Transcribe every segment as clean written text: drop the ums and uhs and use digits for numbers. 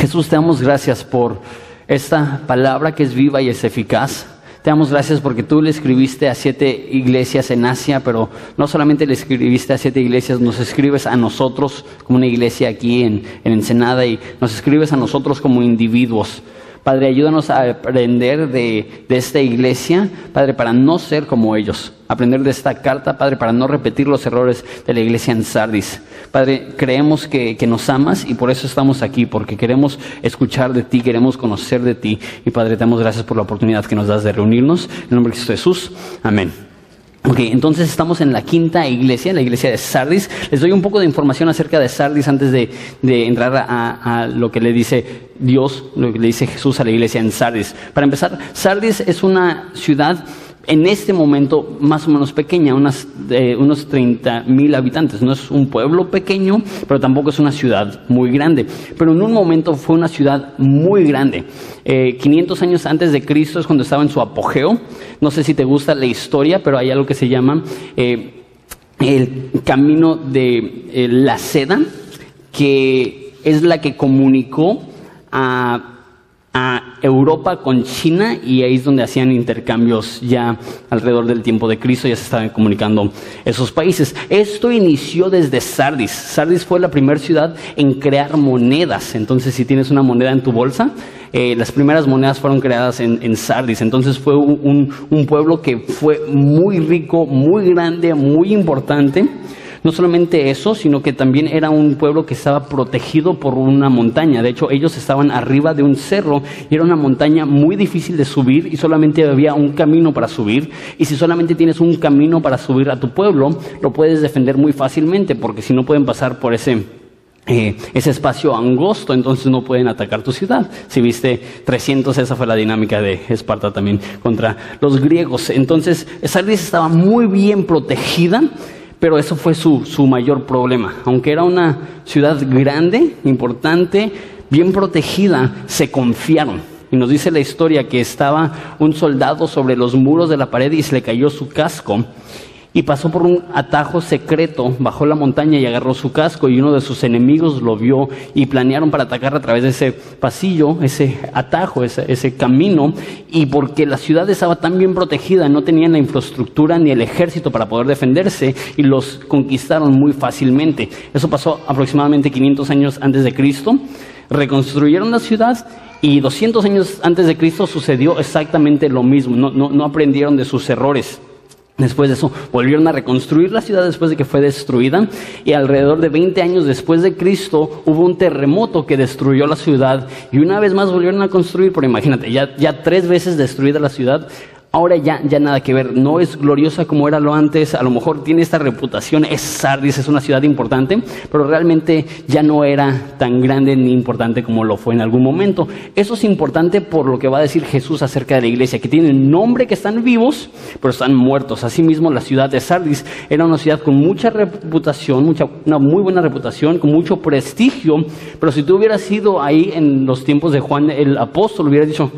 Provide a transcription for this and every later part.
Jesús, te damos gracias por esta palabra que es viva y es eficaz. Te damos gracias porque tú le escribiste a 7 iglesias en Asia, pero no solamente le escribiste a 7 iglesias, nos escribes a nosotros como una iglesia aquí en Ensenada y nos escribes a nosotros como individuos. Padre, ayúdanos a aprender de esta iglesia, Padre, para no ser como ellos. Aprender de esta carta, Padre, para no repetir los errores de la iglesia en Sardis. Padre, creemos que nos amas y por eso estamos aquí, porque queremos escuchar de ti, queremos conocer de ti. Y Padre, te damos gracias por la oportunidad que nos das de reunirnos. En el nombre de Cristo Jesús. Amén. Ok, entonces estamos en la quinta iglesia, la iglesia de Sardis. Les doy un poco de información acerca de Sardis antes de entrar a lo que le dice Dios, lo que le dice Jesús a la iglesia en Sardis. Para empezar, Sardis es una ciudad en este momento más o menos pequeña, unos 30,000 habitantes. No es un pueblo pequeño, pero tampoco es una ciudad muy grande. Pero en un momento fue una ciudad muy grande. 500 años antes de Cristo es cuando estaba en su apogeo. No sé si te gusta la historia, pero hay algo que se llama el camino de la seda, que es la que comunicó a Europa con China, y ahí es donde hacían intercambios ya alrededor del tiempo de Cristo, ya se estaban comunicando esos países. Esto inició desde Sardis. Sardis fue la primera ciudad en crear monedas. Entonces, si tienes una moneda en tu bolsa, las primeras monedas fueron creadas en Sardis. Entonces fue un pueblo que fue muy rico, muy grande, muy importante. No solamente eso, sino que también era un pueblo que estaba protegido por una montaña. De hecho, ellos estaban arriba de un cerro y era una montaña muy difícil de subir y solamente había un camino para subir. Y si solamente tienes un camino para subir a tu pueblo, lo puedes defender muy fácilmente, porque si no pueden pasar por ese espacio angosto, entonces no pueden atacar tu ciudad. Si viste 300, esa fue la dinámica de Esparta también contra los griegos. Entonces, Sardis estaba muy bien protegida. Pero eso fue su mayor problema. Aunque era una ciudad grande, importante, bien protegida, se confiaron. Y nos dice la historia que estaba un soldado sobre los muros de la pared y se le cayó su casco. Y pasó por un atajo secreto, bajó la montaña y agarró su casco, y uno de sus enemigos lo vio y planearon para atacar a través de ese pasillo, ese atajo, ese camino. Y porque la ciudad estaba tan bien protegida, no tenían la infraestructura ni el ejército para poder defenderse, y los conquistaron muy fácilmente. Eso pasó aproximadamente 500 años antes de Cristo. Reconstruyeron la ciudad y 200 años antes de Cristo sucedió exactamente lo mismo. No aprendieron de sus errores. Después de eso, volvieron a reconstruir la ciudad después de que fue destruida, y alrededor de 20 años después de Cristo hubo un terremoto que destruyó la ciudad, y una vez más volvieron a construir. Pero imagínate, ya 3 veces destruida la ciudad. Ahora ya nada que ver, no es gloriosa como era lo antes. A lo mejor tiene esta reputación, es Sardis, es una ciudad importante, pero realmente ya no era tan grande ni importante como lo fue en algún momento. Eso es importante por lo que va a decir Jesús acerca de la iglesia, que tienen nombre, que están vivos, pero están muertos. Asimismo, la ciudad de Sardis era una ciudad con mucha reputación, una muy buena reputación, con mucho prestigio, pero si tú hubieras ido ahí en los tiempos de Juan el apóstol, hubieras dicho: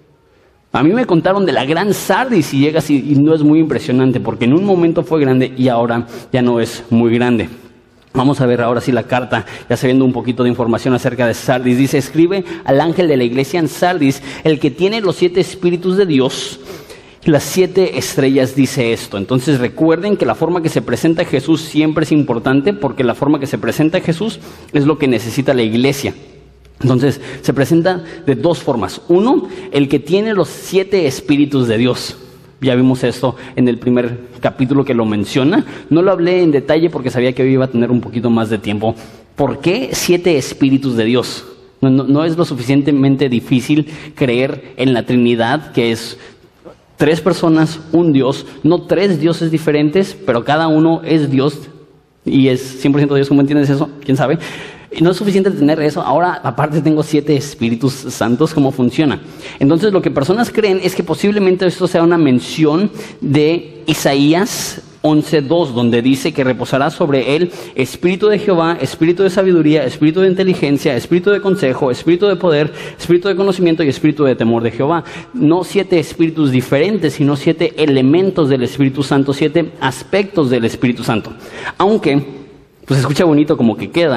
a mí me contaron de la gran Sardis, y llegas y no es muy impresionante, porque en un momento fue grande y ahora ya no es muy grande. Vamos a ver ahora sí la carta, ya sabiendo un poquito de información acerca de Sardis. Dice: escribe al ángel de la iglesia en Sardis, el que tiene los 7 espíritus de Dios, las 7 estrellas, dice esto. Entonces recuerden que la forma que se presenta Jesús siempre es importante, porque la forma que se presenta Jesús es lo que necesita la iglesia. Entonces se presenta de 2 formas. Uno, el que tiene los 7 espíritus de Dios. Ya vimos esto en el primer capítulo que lo menciona. No lo hablé en detalle porque sabía que hoy iba a tener un poquito más de tiempo. ¿Por qué 7 espíritus de Dios? No es lo suficientemente difícil creer en la Trinidad, que es 3 personas, un Dios, no 3 dioses diferentes, pero cada uno es Dios y es 100% Dios. ¿Cómo entiendes eso? ¿Quién sabe? Y no es suficiente tener eso. Ahora, aparte, tengo 7 espíritus santos. ¿Cómo funciona? Entonces, lo que personas creen es que posiblemente esto sea una mención de Isaías 11:2, donde dice que reposará sobre él espíritu de Jehová, espíritu de sabiduría, espíritu de inteligencia, espíritu de consejo, espíritu de poder, espíritu de conocimiento y espíritu de temor de Jehová. No 7 espíritus diferentes, sino 7 elementos del Espíritu Santo, 7 aspectos del Espíritu Santo. Aunque pues se escucha bonito como que queda,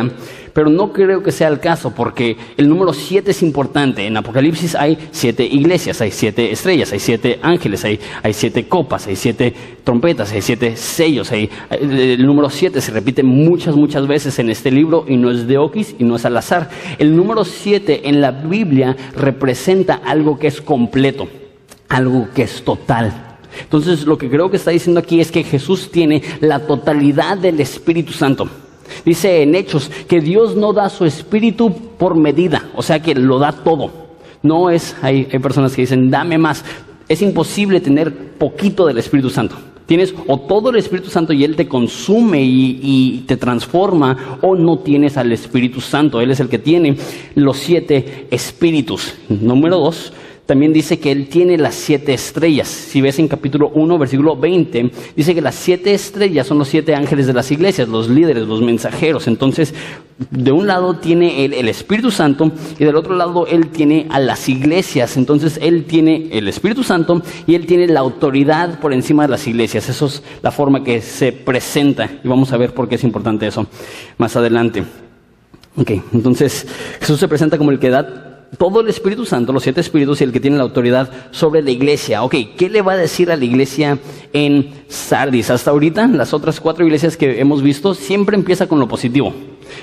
pero no creo que sea el caso, porque el número 7 es importante. En Apocalipsis hay 7 iglesias, hay 7 estrellas, hay 7 ángeles, hay 7 copas, hay 7 trompetas, hay 7 sellos. El número 7 se repite muchas veces en este libro y no es de oquis y no es al azar. El número 7 en la Biblia representa algo que es completo, algo que es total. Entonces lo que creo que está diciendo aquí es que Jesús tiene la totalidad del Espíritu Santo. Dice en Hechos que Dios no da su Espíritu por medida, o sea que lo da todo. No es, hay personas que dicen, dame más. Es imposible tener poquito del Espíritu Santo. Tienes o todo el Espíritu Santo y Él te consume y te transforma, o no tienes al Espíritu Santo. Él es el que tiene los 7 espíritus. Número 2. También dice que Él tiene las 7 estrellas. Si ves en capítulo 1, versículo 20, dice que las 7 estrellas son los 7 ángeles de las iglesias, los líderes, los mensajeros. Entonces, de un lado tiene Él el Espíritu Santo y del otro lado Él tiene a las iglesias. Entonces, Él tiene el Espíritu Santo y Él tiene la autoridad por encima de las iglesias. Eso es la forma que se presenta y vamos a ver por qué es importante eso más adelante. Ok, entonces Jesús se presenta como el que da todo el Espíritu Santo, los 7 espíritus, y el que tiene la autoridad sobre la iglesia. Ok, ¿qué le va a decir a la iglesia en Sardis? Hasta ahorita, las otras 4 iglesias que hemos visto, siempre empieza con lo positivo.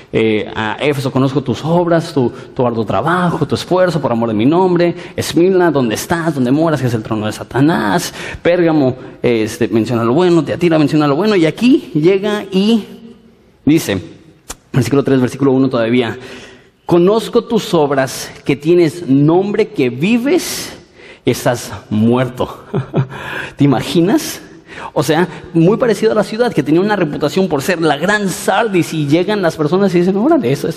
A Éfeso, conozco tus obras, tu arduo trabajo, tu esfuerzo por amor de mi nombre. Esmirna, ¿dónde estás? ¿Dónde moras? Que es el trono de Satanás. Pérgamo, menciona lo bueno. Tiatira menciona lo bueno. Y aquí llega y dice, versículo 3, versículo 1 todavía: conozco tus obras, que tienes nombre, que vives y estás muerto. ¿Te imaginas? O sea, muy parecido a la ciudad, que tenía una reputación por ser la gran Sardis, y llegan las personas y dicen, órale, eso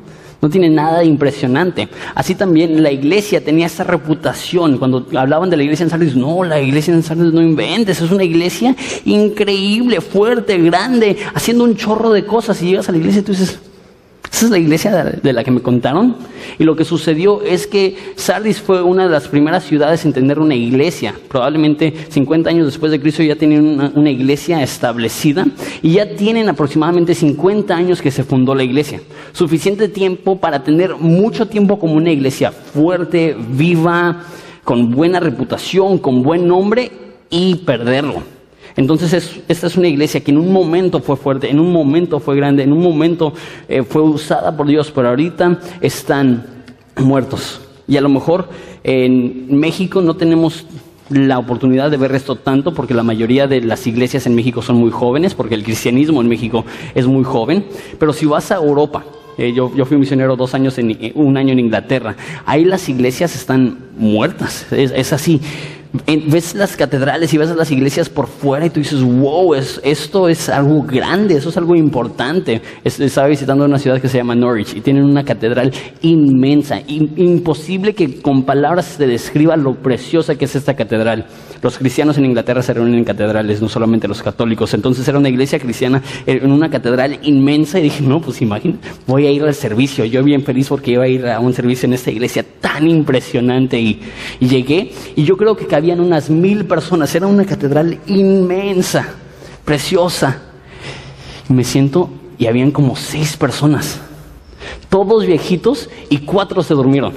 no tiene nada de impresionante. Así también la iglesia tenía esa reputación. Cuando hablaban de la iglesia en Sardis, no, la iglesia en Sardis no inventes, es una iglesia increíble, fuerte, grande, haciendo un chorro de cosas. Y llegas a la iglesia y tú dices, esa es la iglesia de la que me contaron. Y lo que sucedió es que Sardis fue una de las primeras ciudades en tener una iglesia. Probablemente 50 años después de Cristo ya tienen una iglesia establecida, y ya tienen aproximadamente 50 años que se fundó la iglesia. Suficiente tiempo para tener mucho tiempo como una iglesia fuerte, viva, con buena reputación, con buen nombre, y perderlo. Entonces esta es una iglesia que en un momento fue fuerte, en un momento fue grande, en un momento fue usada por Dios, pero ahorita están muertos. Y a lo mejor en México no tenemos la oportunidad de ver esto tanto, porque la mayoría de las iglesias en México son muy jóvenes, porque el cristianismo en México es muy joven. Pero si vas a Europa, yo fui misionero 2 años, un año en Inglaterra, ahí las iglesias están muertas, es así. Ves las catedrales y ves las iglesias por fuera y tú dices, wow, esto es algo grande, eso es algo importante. Estaba visitando una ciudad que se llama Norwich y tienen una catedral inmensa, imposible que con palabras se describa lo preciosa que es esta catedral. Los cristianos en Inglaterra se reúnen en catedrales, no solamente los católicos. Entonces era una iglesia cristiana en una catedral inmensa y dije, no, pues imagínate, voy a ir al servicio. Yo bien feliz porque iba a ir a un servicio en esta iglesia tan impresionante, y llegué y yo creo que cabían unas 1000 personas. Era una catedral inmensa, preciosa. Y me siento y habían como 6 personas, todos viejitos, y 4 se durmieron.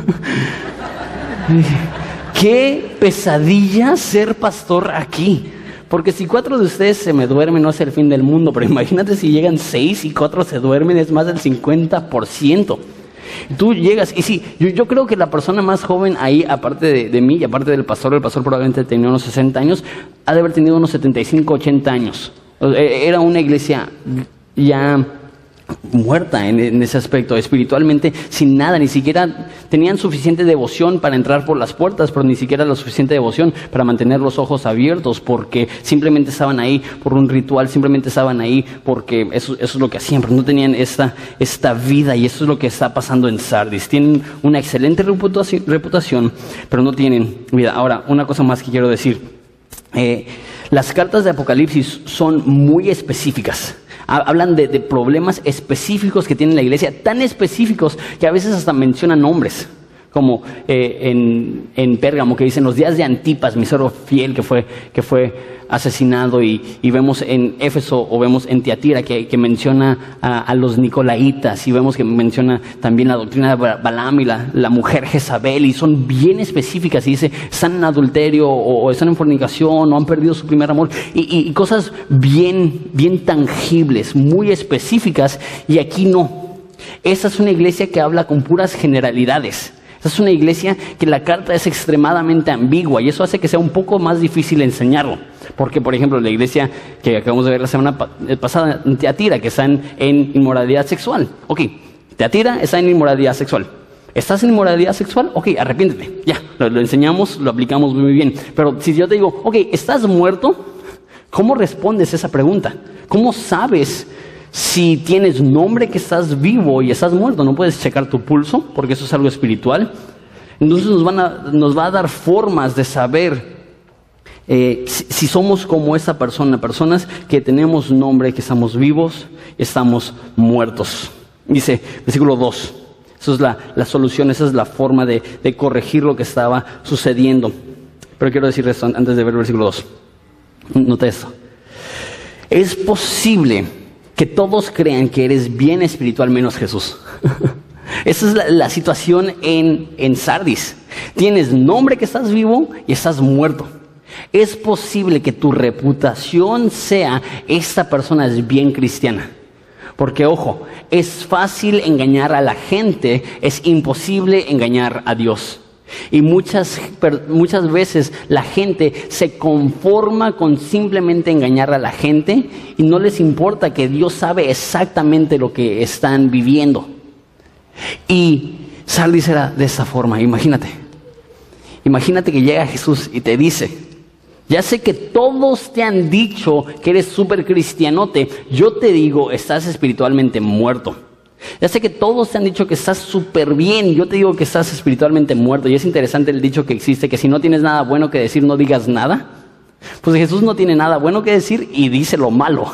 Qué pesadilla ser pastor aquí. Porque si 4 de ustedes se me duermen, no es el fin del mundo. Pero imagínate si llegan 6 y 4 se duermen, es más del 50%. Tú llegas, y sí, yo creo que la persona más joven ahí, aparte de mí y aparte del pastor, el pastor probablemente tenía unos 60 años, ha de haber tenido unos 75, 80 años. Era una iglesia ya muerta en ese aspecto, espiritualmente sin nada. Ni siquiera tenían suficiente devoción para entrar por las puertas, pero ni siquiera la suficiente devoción para mantener los ojos abiertos, porque simplemente estaban ahí por un ritual, simplemente estaban ahí porque eso es lo que hacían, pero no tenían esta vida. Y eso es lo que está pasando en Sardis. Tienen una excelente reputación, pero no tienen vida. Ahora, una cosa más que quiero decir, las cartas de Apocalipsis son muy específicas. Hablan de problemas específicos que tiene la iglesia, tan específicos que a veces hasta mencionan nombres. como en Pérgamo, que dicen los días de Antipas, mi siervo fiel que fue asesinado, y vemos en Éfeso o vemos en Tiatira que menciona a los nicolaitas, y vemos que menciona también la doctrina de Balaam y la mujer Jezabel, y son bien específicas, y dice están en adulterio o están en fornicación o han perdido su primer amor, y cosas bien tangibles, muy específicas. Y aquí no. Esta es una iglesia que habla con puras generalidades. Esta es una iglesia que la carta es extremadamente ambigua, y eso hace que sea un poco más difícil enseñarlo. Porque, por ejemplo, la iglesia que acabamos de ver la semana pasada en Tiatira, que están en inmoralidad sexual. Ok, Tiatira está en inmoralidad sexual. ¿Estás en inmoralidad sexual? Ok, arrepiéntete. Ya, lo enseñamos, lo aplicamos muy bien. Pero si yo te digo, ok, ¿estás muerto? ¿Cómo respondes esa pregunta? ¿Cómo sabes si tienes nombre que estás vivo y estás muerto? No puedes checar tu pulso, porque eso es algo espiritual. Entonces nos va a dar formas de saber si somos como esa persona, personas que tenemos nombre, que estamos vivos, estamos muertos. Dice, versículo 2, eso es la solución, esa es la forma de corregir lo que estaba sucediendo. Pero quiero decir esto antes de ver el versículo 2. Nota esto. Es posible que todos crean que eres bien espiritual menos Jesús. Esa es la situación en Sardis. Tienes nombre que estás vivo y estás muerto. Es posible que tu reputación sea esta persona es bien cristiana. Porque ojo, es fácil engañar a la gente, es imposible engañar a Dios. Y muchas veces la gente se conforma con simplemente engañar a la gente y no les importa que Dios sabe exactamente lo que están viviendo. Y Sardis era de esta forma. Imagínate que llega Jesús y te dice: ya sé que todos te han dicho que eres súper cristianote, yo te digo, estás espiritualmente muerto. Ya sé que todos te han dicho que estás súper bien, yo te digo que estás espiritualmente muerto. Y es interesante el dicho que existe, que si no tienes nada bueno que decir, no digas nada. Pues Jesús no tiene nada bueno que decir y dice lo malo.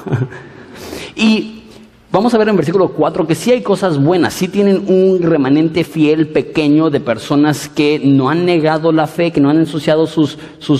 Y vamos a ver en versículo 4 que sí hay cosas buenas, sí tienen un remanente fiel pequeño de personas que no han negado la fe, que no han ensuciado sus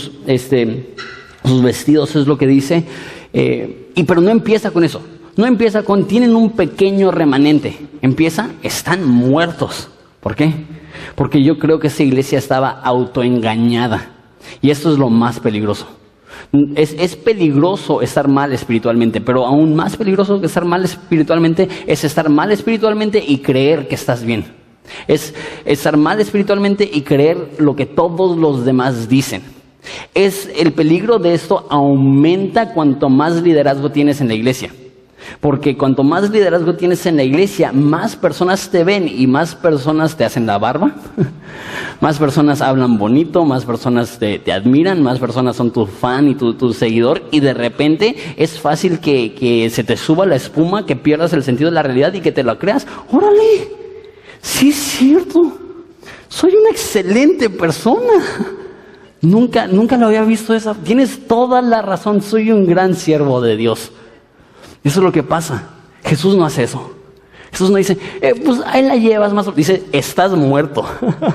vestidos, es lo que dice. Pero no empieza con eso. No empieza con, tienen un pequeño remanente. Empieza, están muertos. ¿Por qué? Porque yo creo que esa iglesia estaba autoengañada. Y esto es lo más peligroso. Es peligroso estar mal espiritualmente, pero aún más peligroso que estar mal espiritualmente es estar mal espiritualmente y creer que estás bien. Es estar mal espiritualmente y creer lo que todos los demás dicen. El peligro de esto aumenta cuanto más liderazgo tienes en la iglesia. Porque cuanto más liderazgo tienes en la iglesia, más personas te ven y más personas te hacen la barba, más personas hablan bonito, más personas te admiran, más personas son tu fan y tu seguidor, y de repente es fácil que se te suba la espuma, que pierdas el sentido de la realidad y que te lo creas. ¡Órale! Sí es cierto, soy una excelente persona. Nunca lo había visto esa. Tienes toda la razón, soy un gran siervo de Dios. Eso es lo que pasa. Jesús no hace eso. Jesús no dice, pues ahí la llevas más. Dice, estás muerto.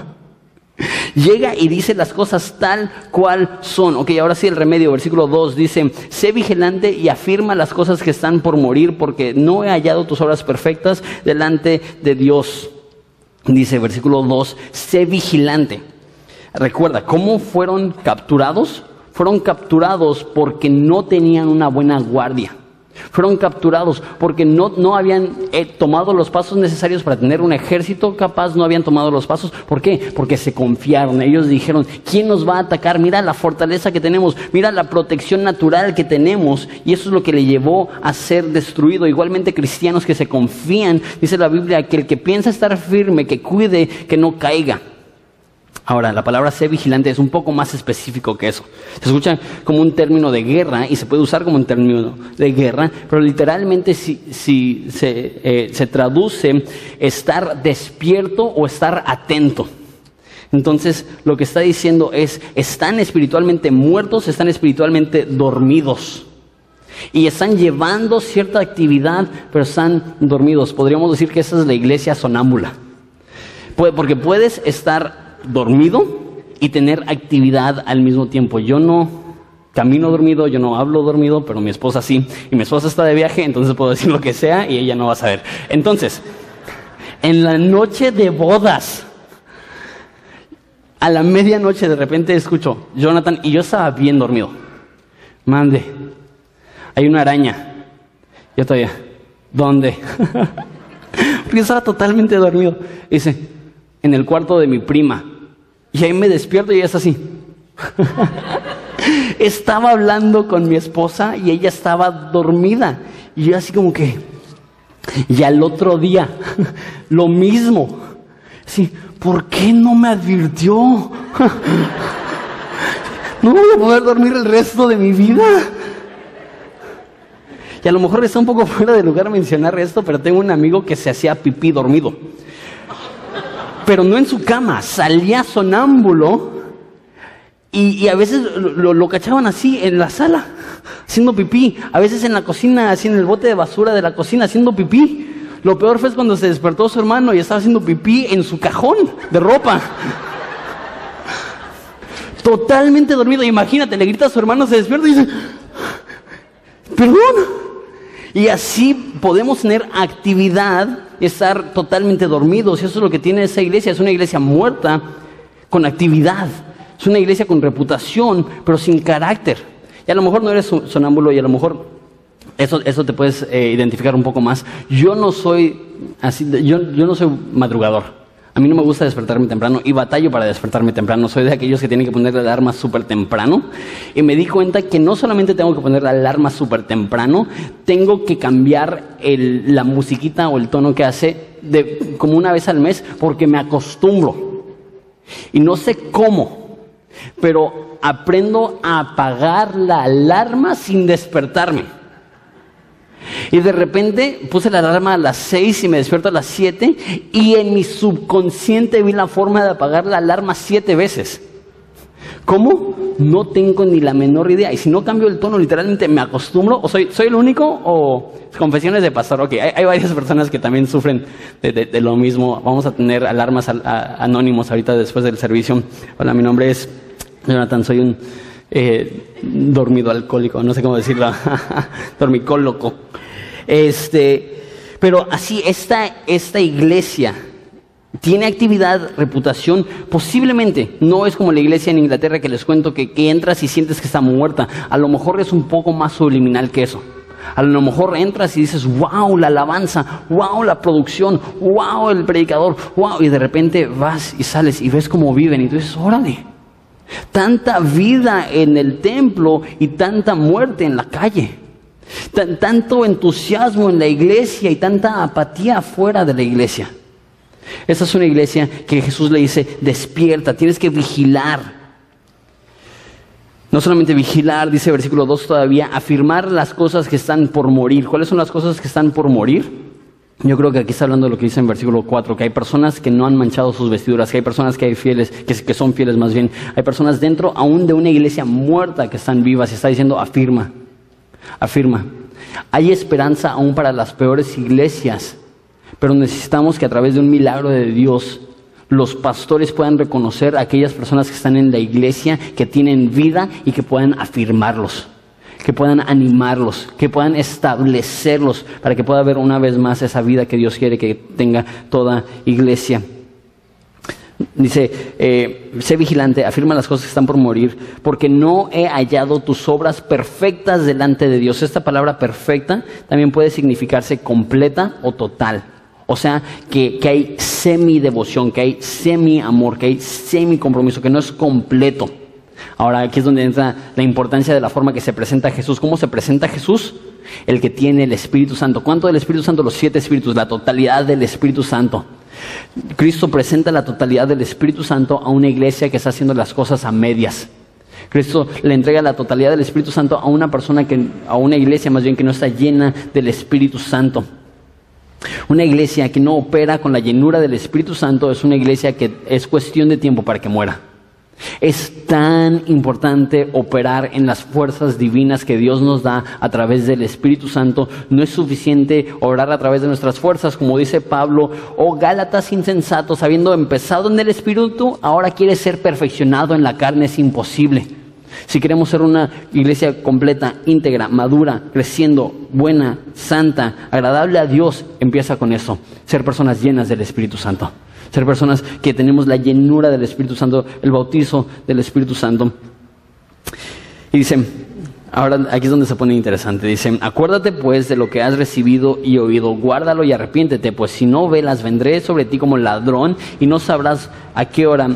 Llega y dice las cosas tal cual son. Ok, ahora sí el remedio. Versículo 2 dice, sé vigilante y afirma las cosas que están por morir, porque no he hallado tus obras perfectas delante de Dios. Dice versículo 2, sé vigilante. Recuerda, ¿cómo fueron capturados? Fueron capturados porque no tenían una buena guardia. Fueron capturados porque no habían tomado los pasos necesarios para tener un ejército capaz, no habían tomado los pasos. ¿Por qué? Porque se confiaron. Ellos dijeron, ¿quién nos va a atacar? Mira la fortaleza que tenemos, mira la protección natural que tenemos. Y eso es lo que le llevó a ser destruido. Igualmente cristianos que se confían, dice la Biblia, que el que piensa estar firme, que cuide que no caiga. Ahora, la palabra ser vigilante es un poco más específico que eso. Se escucha como un término de guerra y se puede usar como un término de guerra, pero literalmente si se traduce estar despierto o estar atento. Entonces, lo que está diciendo es, están espiritualmente muertos, están espiritualmente dormidos. Y están llevando cierta actividad, pero están dormidos. Podríamos decir que esa es la iglesia sonámbula. Porque puedes estar dormido y tener actividad al mismo tiempo. Yo no camino dormido, yo no hablo dormido, pero mi esposa sí. Y mi esposa está de viaje, entonces puedo decir lo que sea y ella no va a saber. Entonces, en la noche de bodas, a la medianoche de repente escucho, Jonathan, y yo estaba bien dormido. Mande, hay una araña. Yo todavía, ¿dónde? Porque estaba totalmente dormido. Dice, en el cuarto de mi prima. Y ahí me despierto y ella es así. Estaba hablando con mi esposa y ella estaba dormida. Y yo así como que... Y al otro día, lo mismo. Sí, ¿por qué no me advirtió? No voy a poder dormir el resto de mi vida. Y a lo mejor está un poco fuera de lugar mencionar esto, pero tengo un amigo que se hacía pipí dormido. Pero no en su cama, salía sonámbulo y a veces lo cachaban así en la sala, haciendo pipí. A veces en la cocina, así en el bote de basura de la cocina, haciendo pipí. Lo peor fue cuando se despertó su hermano y estaba haciendo pipí en su cajón de ropa. Totalmente dormido. Imagínate, le grita a su hermano, se despierta y dice, perdón. Y así podemos tener actividad y estar totalmente dormidos. Y eso es lo que tiene esa iglesia. Es una iglesia muerta con actividad. Es una iglesia con reputación, pero sin carácter. Y a lo mejor no eres sonámbulo y a lo mejor eso te puedes identificar un poco más. Yo no soy así, yo no soy madrugador. A mí no me gusta despertarme temprano y batallo para despertarme temprano. Soy de aquellos que tienen que poner la alarma súper temprano. Y me di cuenta que no solamente tengo que poner la alarma súper temprano, tengo que cambiar la musiquita o el tono que hace como una vez al mes porque me acostumbro. Y no sé cómo, pero aprendo a apagar la alarma sin despertarme. Y de repente puse la alarma a las 6 y me despierto a las 7 y en mi subconsciente vi la forma de apagar la alarma 7 veces. ¿Cómo? No tengo ni la menor idea. Y si no cambio el tono, literalmente me acostumbro. ¿O soy el único? ¿O confesiones de pastor? Ok, hay varias personas que también sufren de lo mismo. Vamos a tener alarmas anónimos ahorita después del servicio. Hola, mi nombre es Jonathan, soy un... dormido alcohólico, no sé cómo decirlo, dormicólogo. Pero así, esta iglesia tiene actividad, reputación. Posiblemente no es como la iglesia en Inglaterra que les cuento que entras y sientes que está muerta. A lo mejor es un poco más subliminal que eso. A lo mejor entras y dices, wow, la alabanza, wow, la producción, wow, el predicador, wow, y de repente vas y sales y ves cómo viven y tú dices, órale. Tanta vida en el templo y tanta muerte en la calle. Tanto entusiasmo en la iglesia y tanta apatía fuera de la iglesia. Esa es una iglesia que Jesús le dice, despierta, tienes que vigilar. No solamente vigilar, dice versículo 2 todavía, afirmar las cosas que están por morir. ¿Cuáles son las cosas que están por morir? Yo creo que aquí está hablando de lo que dice en versículo 4, que hay personas que no han manchado sus vestiduras, que hay personas que hay fieles, que son fieles más bien. Hay personas dentro aún de una iglesia muerta que están vivas y está diciendo afirma, afirma. Hay esperanza aún para las peores iglesias, pero necesitamos que a través de un milagro de Dios los pastores puedan reconocer a aquellas personas que están en la iglesia, que tienen vida y que puedan afirmarlos. Que puedan animarlos, que puedan establecerlos para que pueda haber una vez más esa vida que Dios quiere que tenga toda iglesia. Dice, sé vigilante, afirma las cosas que están por morir, porque no he hallado tus obras perfectas delante de Dios. Esta palabra perfecta también puede significarse completa o total. O sea, que hay semi-devoción, que hay semi-amor, que hay semi-compromiso, que no es completo. Ahora aquí es donde entra la importancia de la forma que se presenta Jesús. ¿Cómo se presenta Jesús? El que tiene el Espíritu Santo. ¿Cuánto del Espíritu Santo? Los 7 Espíritus, la totalidad del Espíritu Santo. Cristo presenta la totalidad del Espíritu Santo a una iglesia que está haciendo las cosas a medias. Cristo le entrega la totalidad del Espíritu Santo a una persona, a una iglesia más bien que no está llena del Espíritu Santo. Una iglesia que no opera con la llenura del Espíritu Santo es una iglesia que es cuestión de tiempo para que muera. Es tan importante operar en las fuerzas divinas que Dios nos da a través del Espíritu Santo. No es suficiente orar a través de nuestras fuerzas, como dice Pablo: oh Gálatas insensatos, habiendo empezado en el Espíritu, ahora quieres ser perfeccionado en la carne. Es imposible. Si queremos ser una iglesia completa, íntegra, madura, creciendo, buena, santa, agradable a Dios, empieza con eso: ser personas llenas del Espíritu Santo. Ser personas que tenemos la llenura del Espíritu Santo, el bautizo del Espíritu Santo. Y dice, ahora aquí es donde se pone interesante, dice: acuérdate pues de lo que has recibido y oído, guárdalo y arrepiéntete, pues si no velas, vendré sobre ti como ladrón y no sabrás a qué hora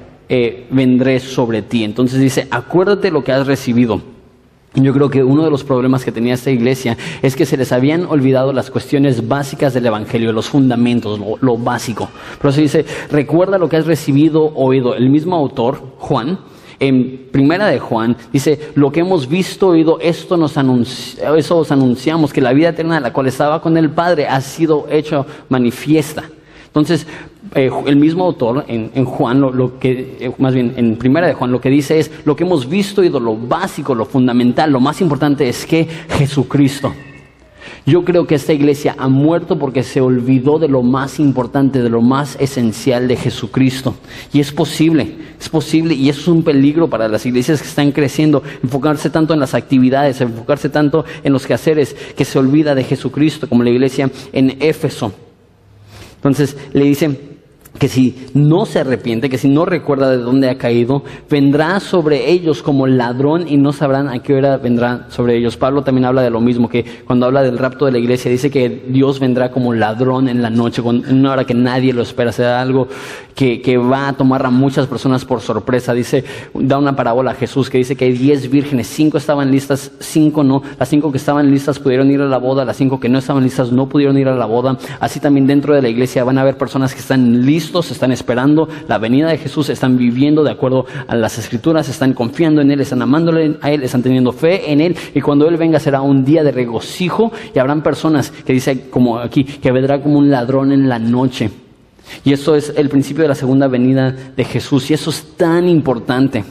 vendré sobre ti. Entonces dice, acuérdate de lo que has recibido. Yo creo que uno de los problemas que tenía esta iglesia es que se les habían olvidado las cuestiones básicas del evangelio, los fundamentos, lo básico. Por eso dice, recuerda lo que has recibido, oído. El mismo autor, Juan, en Primera de Juan, dice: lo que hemos visto, oído, eso os anunciamos, que la vida eterna, la cual estaba con el Padre, ha sido hecho manifiesta. Entonces, el mismo autor en Juan, más bien en Primera de Juan, lo que dice es: lo que hemos visto, oído, lo básico, lo fundamental, lo más importante es que Jesucristo. Yo creo que esta iglesia ha muerto porque se olvidó de lo más importante, de lo más esencial de Jesucristo. Y es posible y es un peligro para las iglesias que están creciendo, enfocarse tanto en las actividades, enfocarse tanto en los quehaceres, que se olvida de Jesucristo, como la iglesia en Éfeso. Entonces le dice que si no se arrepiente, que si no recuerda de dónde ha caído, vendrá sobre ellos como ladrón y no sabrán a qué hora vendrá sobre ellos. Pablo también habla de lo mismo, que cuando habla del rapto de la iglesia, dice que Dios vendrá como ladrón en la noche, en una hora que nadie lo espera. Será algo que va a tomar a muchas personas por sorpresa. Dice, da una parábola a Jesús que dice que hay 10 vírgenes, 5 estaban listas, 5 no. Las 5 que estaban listas pudieron ir a la boda, las 5 que no estaban listas no pudieron ir a la boda. Así también dentro de la iglesia van a haber personas que están listos, están esperando la venida de Jesús, están viviendo de acuerdo a las Escrituras, están confiando en Él, están amándole a Él, están teniendo fe en Él, y cuando Él venga será un día de regocijo, y habrán personas que dice como aquí, que vendrá como un ladrón en la noche. Y eso es el principio de la segunda venida de Jesús, y eso es tan importante.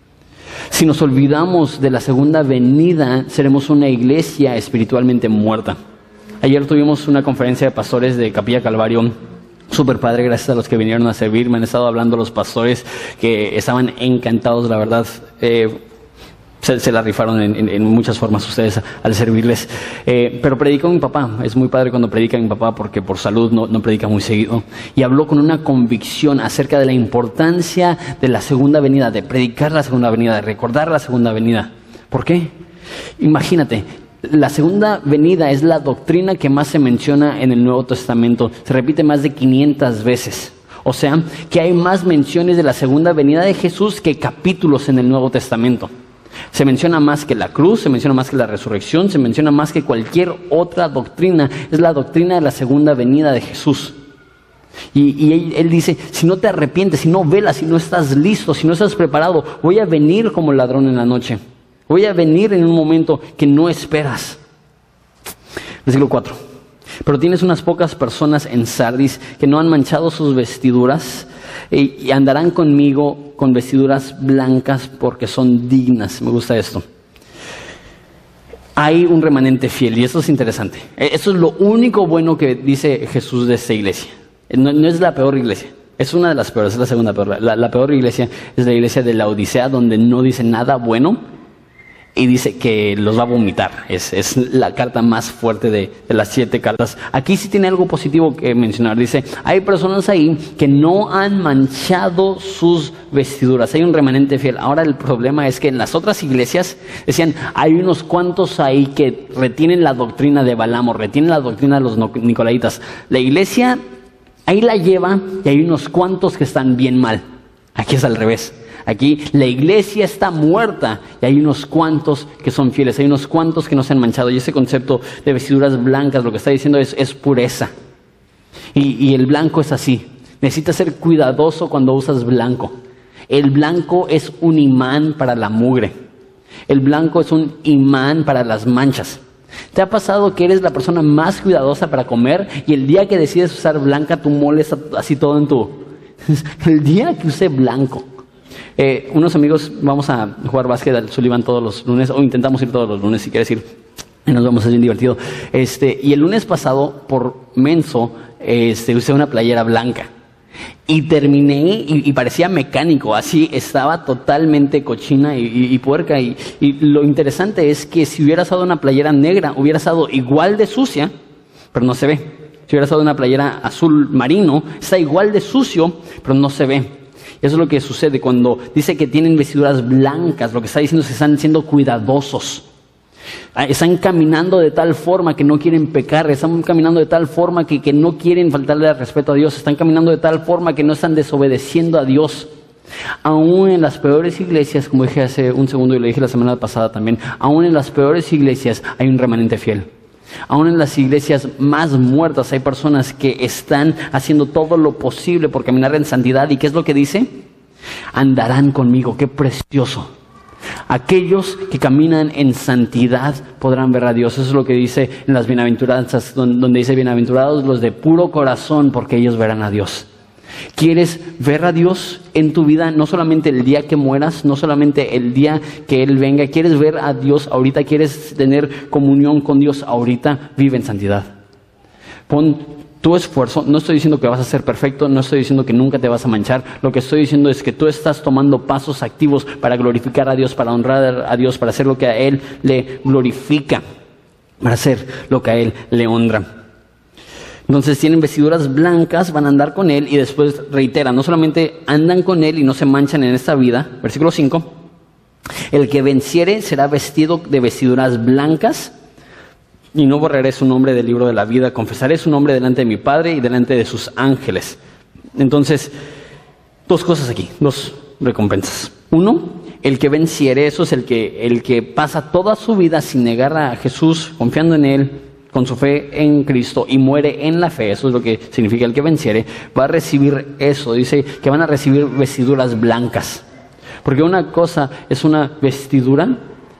Si nos olvidamos de la segunda venida, seremos una iglesia espiritualmente muerta. Ayer tuvimos una conferencia de pastores de Capilla Calvario, súper padre, gracias a los que vinieron a servir. Me han estado hablando los pastores que estaban encantados, la verdad. Se la rifaron en muchas formas ustedes al servirles. Pero predicó mi papá. Es muy padre cuando predica mi papá porque por salud no predica muy seguido. Y habló con una convicción acerca de la importancia de la segunda venida, de predicar la segunda venida, de recordar la segunda venida. ¿Por qué? Imagínate. La segunda venida es la doctrina que más se menciona en el Nuevo Testamento. Se repite más de 500 veces. O sea, que hay más menciones de la segunda venida de Jesús que capítulos en el Nuevo Testamento. Se menciona más que la cruz, se menciona más que la resurrección, se menciona más que cualquier otra doctrina. Es la doctrina de la segunda venida de Jesús. Y él dice, si no te arrepientes, si no velas, si no estás listo, si no estás preparado, voy a venir como ladrón en la noche. Voy a venir en un momento que no esperas. Versículo 4. Pero tienes unas pocas personas en Sardis que no han manchado sus vestiduras y andarán conmigo con vestiduras blancas porque son dignas. Me gusta esto. Hay un remanente fiel y eso es interesante. Eso es lo único bueno que dice Jesús de esta iglesia. No es la peor iglesia. Es una de las peores, es la segunda peor. La peor iglesia es la iglesia de la Odisea, donde no dice nada bueno. Y dice que los va a vomitar. Es la carta más fuerte de las 7 cartas. Aquí sí tiene algo positivo que mencionar. Dice, hay personas ahí que no han manchado sus vestiduras. Hay un remanente fiel. Ahora el problema es que en las otras iglesias decían, hay unos cuantos ahí que retienen la doctrina de Balaam, retienen la doctrina de los nicolaitas. La iglesia ahí la lleva y hay unos cuantos que están bien mal. Aquí es al revés. Aquí la iglesia está muerta y hay unos cuantos que son fieles, hay unos cuantos que no se han manchado. Y ese concepto de vestiduras blancas lo que está diciendo es pureza. Y el blanco es así. Necesitas ser cuidadoso cuando usas blanco. El blanco es un imán para la mugre. El blanco es un imán para las manchas. ¿Te ha pasado que eres la persona más cuidadosa para comer y el día que decides usar blanca tu mole está así todo en tu... El día que use blanco... Unos amigos vamos a jugar básquet al Sullivan todos los lunes, o intentamos ir todos los lunes si quieres ir. Y nos vamos, es bien divertido. Y el lunes pasado, por menso, usé una playera blanca. Y terminé y parecía mecánico, así estaba totalmente cochina y puerca. Y lo interesante es que si hubieras usado una playera negra, hubiera estado igual de sucia, pero no se ve. Si hubieras usado una playera azul marino, está igual de sucio, pero no se ve. Eso es lo que sucede cuando dice que tienen vestiduras blancas. Lo que está diciendo es que están siendo cuidadosos. Están caminando de tal forma que no quieren pecar, están caminando de tal forma que no quieren faltarle al respeto a Dios, están caminando de tal forma que no están desobedeciendo a Dios. Aún en las peores iglesias, como dije hace un segundo y lo dije la semana pasada también, aún en las peores iglesias hay un remanente fiel. Aún en las iglesias más muertas hay personas que están haciendo todo lo posible por caminar en santidad. ¿Y qué es lo que dice? Andarán conmigo. ¡Qué precioso! Aquellos que caminan en santidad podrán ver a Dios. Eso es lo que dice en las bienaventuranzas, donde dice: bienaventurados los de puro corazón, porque ellos verán a Dios. ¿Quieres ver a Dios en tu vida? No solamente el día que mueras, no solamente el día que Él venga. ¿Quieres ver a Dios ahorita? ¿Quieres tener comunión con Dios ahorita? Vive en santidad. Pon tu esfuerzo. No estoy diciendo que vas a ser perfecto, no estoy diciendo que nunca te vas a manchar. Lo que estoy diciendo es que tú estás tomando pasos activos para glorificar a Dios, para honrar a Dios, para hacer lo que a Él le glorifica, para hacer lo que a Él le honra. Entonces tienen vestiduras blancas, van a andar con Él, y después reitera, no solamente andan con Él y no se manchan en esta vida. Versículo 5, el que venciere será vestido de vestiduras blancas, y no borraré su nombre del libro de la vida. Confesaré su nombre delante de mi Padre y delante de sus ángeles. Entonces, dos cosas aquí, dos recompensas. Uno, el que venciere, eso es el que pasa toda su vida sin negar a Jesús, confiando en Él, con su fe en Cristo, y muere en la fe. Eso es lo que significa el que venciere. Va a recibir eso. Dice que van a recibir vestiduras blancas. Porque una cosa es una vestidura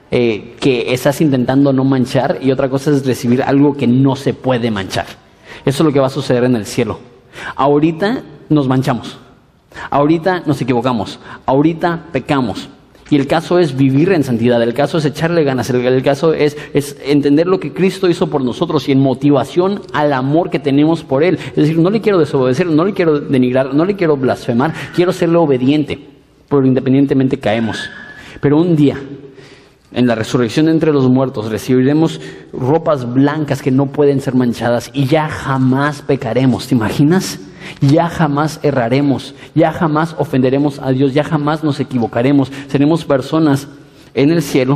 que estás intentando no manchar, y otra cosa es recibir algo que no se puede manchar. Eso es lo que va a suceder en el cielo. Ahorita nos manchamos, ahorita nos equivocamos, ahorita pecamos, y el caso es vivir en santidad, el caso es echarle ganas, el caso es entender lo que Cristo hizo por nosotros y en motivación al amor que tenemos por Él. Es decir, no le quiero desobedecer, no le quiero denigrar, no le quiero blasfemar, quiero serle obediente, pero independientemente caemos. Pero un día, en la resurrección de entre los muertos, recibiremos ropas blancas que no pueden ser manchadas, y ya jamás pecaremos. ¿Te imaginas? Ya jamás erraremos, ya jamás ofenderemos a Dios, ya jamás nos equivocaremos. Seremos personas en el cielo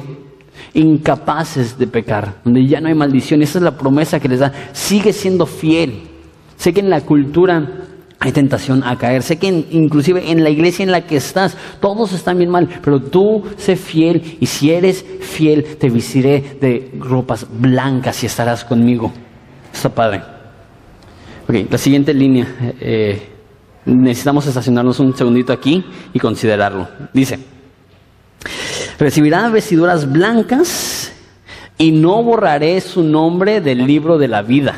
incapaces de pecar, donde ya no hay maldición. Esa es la promesa que les da. Sigue siendo fiel. Sé que en la cultura hay tentación a caer. Sé que inclusive en la iglesia en la que estás, todos están bien mal, pero tú sé fiel, y si eres fiel, te vestiré de ropas blancas y estarás conmigo. Está padre. Ok, la siguiente línea. Necesitamos estacionarnos un segundito aquí y considerarlo. Dice: recibirá vestiduras blancas y no borraré su nombre del libro de la vida.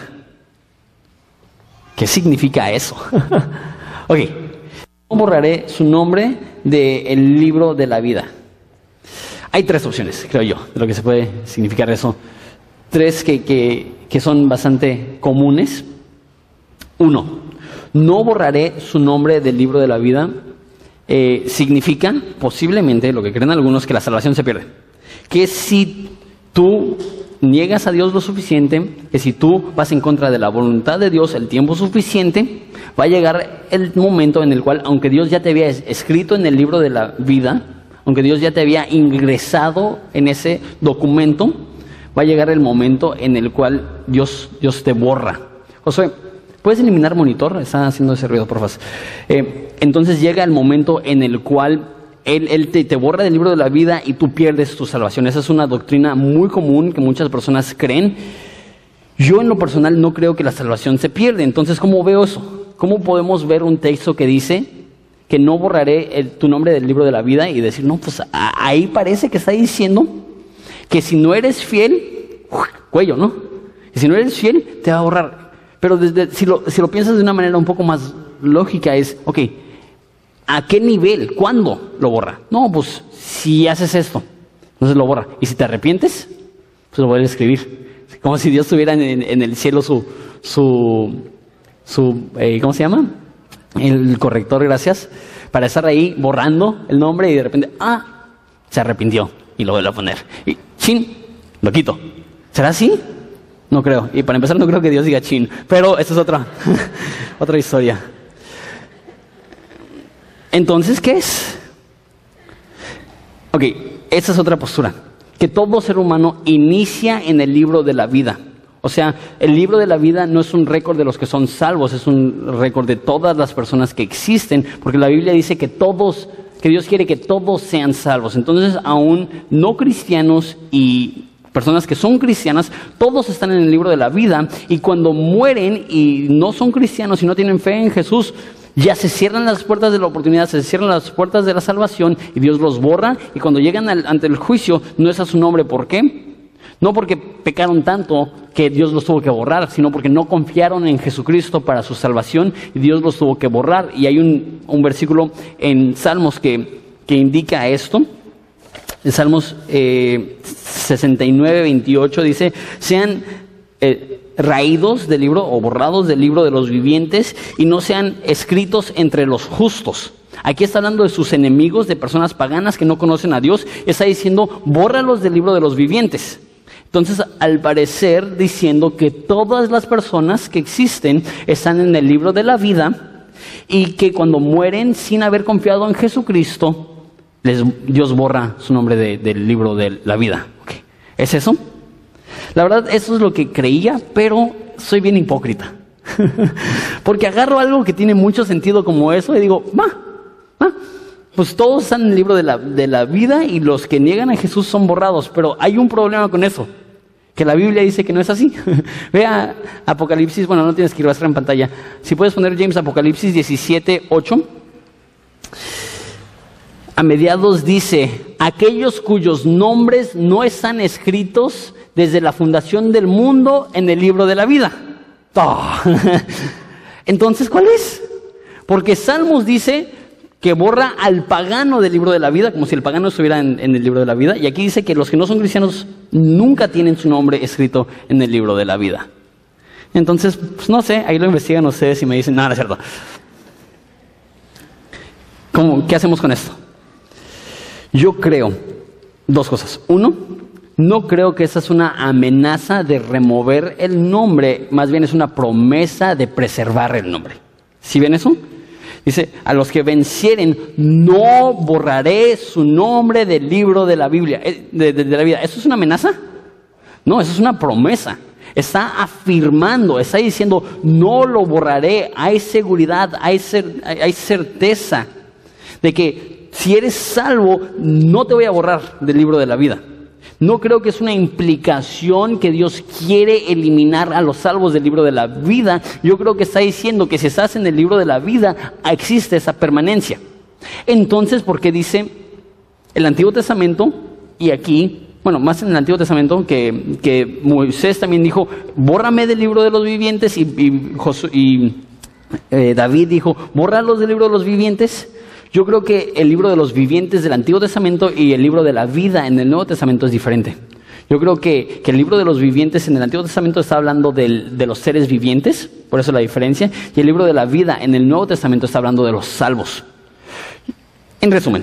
¿Qué significa eso? Ok, no borraré su nombre del libro de la vida. Hay tres opciones, creo yo, de lo que se puede significar eso. Tres que son bastante comunes. Uno, no borraré su nombre del libro de la vida. Significa, posiblemente, lo que creen algunos, que la salvación se pierde. Que si tú niegas a Dios lo suficiente, que si tú vas en contra de la voluntad de Dios el tiempo suficiente, va a llegar el momento en el cual, aunque Dios ya te había escrito en el libro de la vida, aunque Dios ya te había ingresado en ese documento, va a llegar el momento en el cual Dios te borra. Josué, ¿puedes eliminar monitor? Está haciendo ese ruido, por favor. Entonces llega el momento en el cual Él te borra del libro de la vida y tú pierdes tu salvación. Esa es una doctrina muy común que muchas personas creen. Yo en lo personal no creo que la salvación se pierde. Entonces, ¿cómo veo eso? ¿Cómo podemos ver un texto que dice que no borraré tu nombre del libro de la vida y decir, no, pues ahí parece que está diciendo que si no eres fiel, cuello, ¿no? Y si no eres fiel, te va a borrar. Pero si lo piensas de una manera un poco más lógica es, ok, ¿A qué nivel? ¿Cuándo lo borra? No, pues si haces esto, entonces lo borra. Y si te arrepientes, pues lo vuelve a escribir. Como si Dios tuviera en el cielo su ¿cómo se llama? El corrector, gracias, para estar ahí borrando el nombre y de repente, se arrepintió y lo vuelve a poner. Y chin, lo quito. ¿Será así? No creo. Y para empezar no creo que Dios diga chin, pero esta es otra historia. Entonces, ¿qué es? Ok, esa es otra postura. Que todo ser humano inicia en el libro de la vida. O sea, el libro de la vida no es un récord de los que son salvos, es un récord de todas las personas que existen, porque la Biblia dice que Dios quiere que todos sean salvos. Entonces, aún no cristianos y personas que son cristianas, todos están en el libro de la vida, y cuando mueren y no son cristianos y no tienen fe en Jesús, ya se cierran las puertas de la oportunidad, se cierran las puertas de la salvación y Dios los borra, y cuando llegan ante el juicio no es a su nombre. ¿Por qué? No porque pecaron tanto que Dios los tuvo que borrar, sino porque no confiaron en Jesucristo para su salvación y Dios los tuvo que borrar. Y hay un versículo en Salmos que indica esto. En Salmos 69, 28 dice, sean raídos del libro o borrados del libro de los vivientes y no sean escritos entre los justos. Aquí está hablando de sus enemigos, de personas paganas que no conocen a Dios. Está diciendo, bórralos del libro de los vivientes. Entonces, al parecer, diciendo que todas las personas que existen están en el libro de la vida y que cuando mueren sin haber confiado en Jesucristo, Dios borra su nombre del libro de la vida. Okay. ¿Es eso? La verdad, eso es lo que creía, pero soy bien hipócrita. Porque agarro algo que tiene mucho sentido como eso y digo, pues todos están en el libro de la vida y los que niegan a Jesús son borrados. Pero hay un problema con eso, que la Biblia dice que no es así. Vea Apocalipsis, bueno, no tienes que ir a estar en pantalla. Si puedes poner James, Apocalipsis 17, 8. A mediados dice, aquellos cuyos nombres no están escritos desde la fundación del mundo en el libro de la vida. Entonces, ¿cuál es? Porque Salmos dice que borra al pagano del libro de la vida, como si el pagano estuviera en el libro de la vida. Y aquí dice que los que no son cristianos nunca tienen su nombre escrito en el libro de la vida. Entonces, pues no sé, ahí lo investigan ustedes y me dicen, no es cierto. ¿Qué hacemos con esto? Yo creo dos cosas. Uno, no creo que esa es una amenaza de remover el nombre, más bien es una promesa de preservar el nombre. ¿Sí ven eso? Dice, a los que vencieren, no borraré su nombre del libro de la Biblia, de la vida. ¿Eso es una amenaza? No, eso es una promesa. Está afirmando, está diciendo, no lo borraré. Hay seguridad, hay certeza de que si eres salvo, no te voy a borrar del libro de la vida. No creo que es una implicación que Dios quiere eliminar a los salvos del libro de la vida. Yo creo que está diciendo que si estás en el libro de la vida, existe esa permanencia. Entonces, ¿por qué dice el Antiguo Testamento? Y aquí, bueno, más en el Antiguo Testamento, que Moisés también dijo, bórrame del libro de los vivientes, y David dijo, bórralos del libro de los vivientes. Yo creo que el libro de los vivientes del Antiguo Testamento y el libro de la vida en el Nuevo Testamento es diferente. Yo creo que el libro de los vivientes en el Antiguo Testamento está hablando de los seres vivientes, por eso la diferencia, y el libro de la vida en el Nuevo Testamento está hablando de los salvos. En resumen,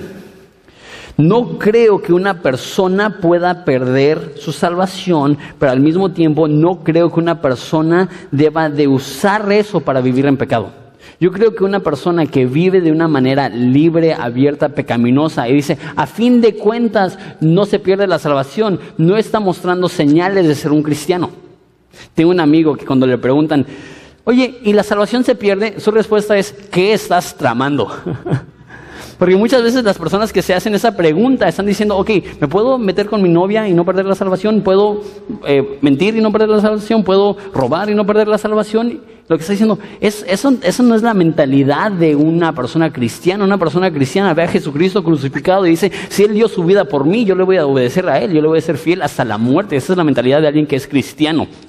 no creo que una persona pueda perder su salvación, pero al mismo tiempo no creo que una persona deba de usar eso para vivir en pecado. Yo creo que una persona que vive de una manera libre, abierta, pecaminosa y dice, a fin de cuentas no se pierde la salvación, no está mostrando señales de ser un cristiano. Tengo un amigo que cuando le preguntan, oye, ¿y la salvación se pierde? Su respuesta es, ¿qué estás tramando? Porque muchas veces las personas que se hacen esa pregunta están diciendo, ok, ¿me puedo meter con mi novia y no perder la salvación? ¿Puedo mentir y no perder la salvación? ¿Puedo robar y no perder la salvación? Lo que está diciendo, eso no es la mentalidad de una persona cristiana. Una persona cristiana ve a Jesucristo crucificado y dice, si Él dio su vida por mí, yo le voy a obedecer a Él, yo le voy a ser fiel hasta la muerte. Esa es la mentalidad de alguien que es cristiano.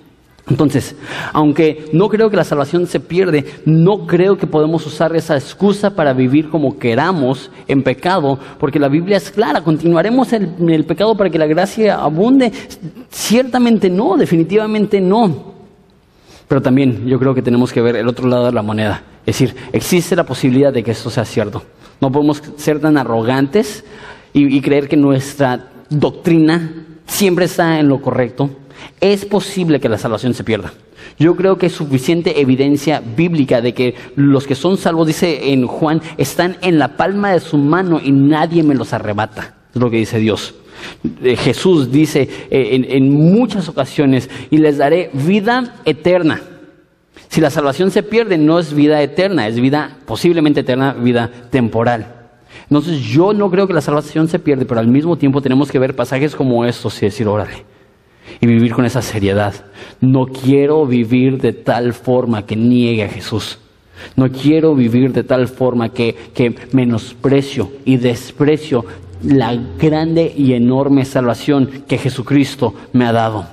Entonces, aunque no creo que la salvación se pierde, no creo que podemos usar esa excusa para vivir como queramos en pecado, porque la Biblia es clara, continuaremos en el pecado para que la gracia abunde. Ciertamente no, definitivamente no. Pero también yo creo que tenemos que ver el otro lado de la moneda. Es decir, existe la posibilidad de que esto sea cierto. No podemos ser tan arrogantes y creer que nuestra doctrina siempre está en lo correcto. Es posible que la salvación se pierda. Yo creo que hay suficiente evidencia bíblica de que los que son salvos, dice en Juan, están en la palma de su mano y nadie me los arrebata. Es lo que dice Dios. Jesús dice en muchas ocasiones, y les daré vida eterna. Si la salvación se pierde, no es vida eterna, es vida posiblemente eterna, vida temporal. Entonces yo no creo que la salvación se pierde, pero al mismo tiempo tenemos que ver pasajes como estos y decir, órale, y vivir con esa seriedad. No quiero vivir de tal forma que niegue a Jesús. No quiero vivir de tal forma que menosprecio y desprecio la grande y enorme salvación que Jesucristo me ha dado.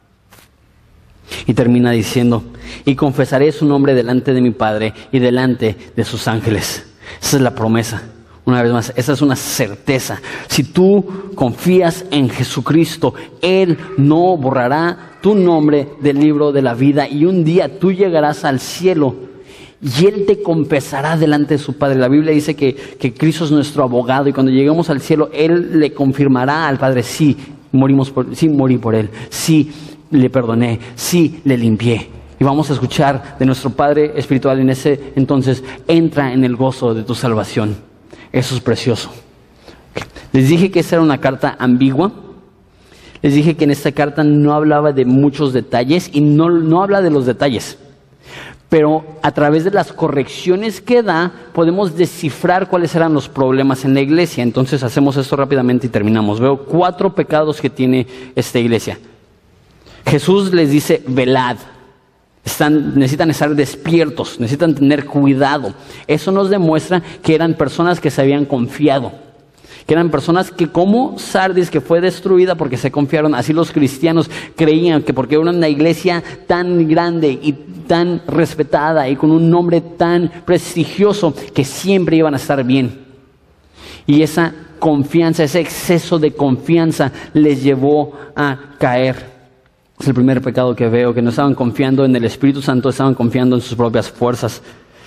Y termina diciendo, y confesaré su nombre delante de mi Padre y delante de sus ángeles. Esa es la promesa. Una vez más, esa es una certeza. Si tú confías en Jesucristo, Él no borrará tu nombre del libro de la vida, y un día tú llegarás al cielo y Él te confesará delante de su Padre. La Biblia dice que Cristo es nuestro abogado, y cuando lleguemos al cielo, Él le confirmará al Padre, sí, morí por Él, sí, le perdoné, sí, le limpié. Y vamos a escuchar de nuestro Padre espiritual en ese entonces, entra en el gozo de tu salvación. Eso es precioso. Les dije que esa era una carta ambigua. Les dije que en esta carta no hablaba de muchos detalles y no habla de los detalles. Pero a través de las correcciones que da, podemos descifrar cuáles eran los problemas en la iglesia. Entonces hacemos esto rápidamente y terminamos. Veo 4 pecados que tiene esta iglesia. Jesús les dice, velad. Necesitan estar despiertos, necesitan tener cuidado. Eso nos demuestra que eran personas que se habían confiado, que eran personas que, como Sardis, que fue destruida porque se confiaron, así los cristianos creían que porque era una iglesia tan grande y tan respetada y con un nombre tan prestigioso, que siempre iban a estar bien. Y esa confianza, ese exceso de confianza les llevó a caer. Es el primer pecado que veo, que no estaban confiando en el Espíritu Santo, estaban confiando en sus propias fuerzas.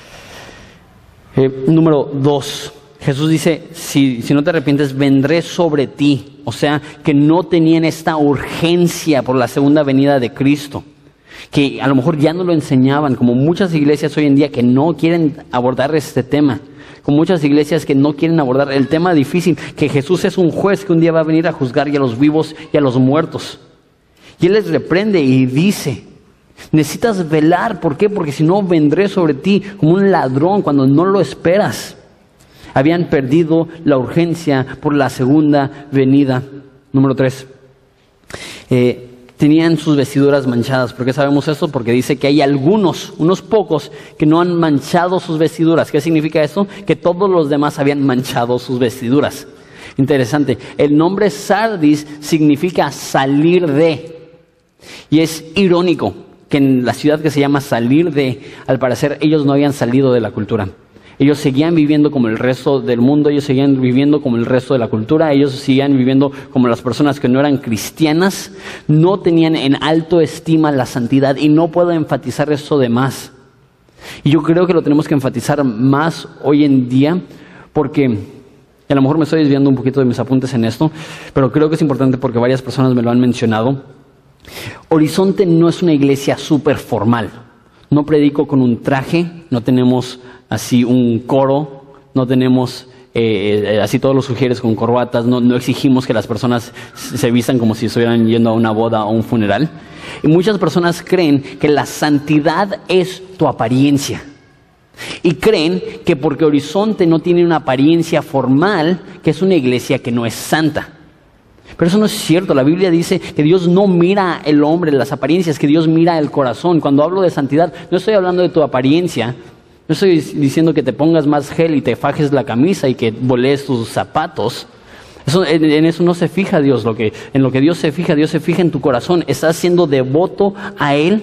Número 2, Jesús dice, si no te arrepientes, vendré sobre ti. O sea, que no tenían esta urgencia por la segunda venida de Cristo, que a lo mejor ya no lo enseñaban, como muchas iglesias hoy en día que no quieren abordar este tema, como muchas iglesias que no quieren abordar el tema difícil, que Jesús es un juez que un día va a venir a juzgar y a los vivos y a los muertos. Y Él les reprende y dice, necesitas velar. ¿Por qué? Porque si no, vendré sobre ti como un ladrón cuando no lo esperas. Habían perdido la urgencia por la segunda venida. Número 3. Tenían sus vestiduras manchadas. ¿Por qué sabemos esto? Porque dice que hay unos pocos, que no han manchado sus vestiduras. ¿Qué significa esto? Que todos los demás habían manchado sus vestiduras. Interesante. El nombre Sardis significa salir de. Y es irónico que en la ciudad que se llama salir de, al parecer ellos no habían salido de la cultura. Ellos seguían viviendo como el resto del mundo, ellos seguían viviendo como el resto de la cultura, ellos seguían viviendo como las personas que no eran cristianas, no tenían en alto estima la santidad, y no puedo enfatizar eso de más. Y yo creo que lo tenemos que enfatizar más hoy en día, porque a lo mejor me estoy desviando un poquito de mis apuntes en esto, pero creo que es importante porque varias personas me lo han mencionado. Horizonte no es una iglesia súper formal. No predico con un traje, no tenemos así un coro, no tenemos así todos los sugieres con corbatas, no exigimos que las personas se vistan como si estuvieran yendo a una boda o un funeral. Y muchas personas creen que la santidad es tu apariencia. Y creen que porque Horizonte no tiene una apariencia formal, que es una iglesia que no es santa. Pero eso no es cierto. La Biblia dice que Dios no mira el hombre, las apariencias, que Dios mira el corazón. Cuando hablo de santidad, no estoy hablando de tu apariencia. No estoy diciendo que te pongas más gel y te fajes la camisa y que volees tus zapatos. En eso no se fija Dios. En lo que Dios se fija en tu corazón. ¿Estás siendo devoto a Él?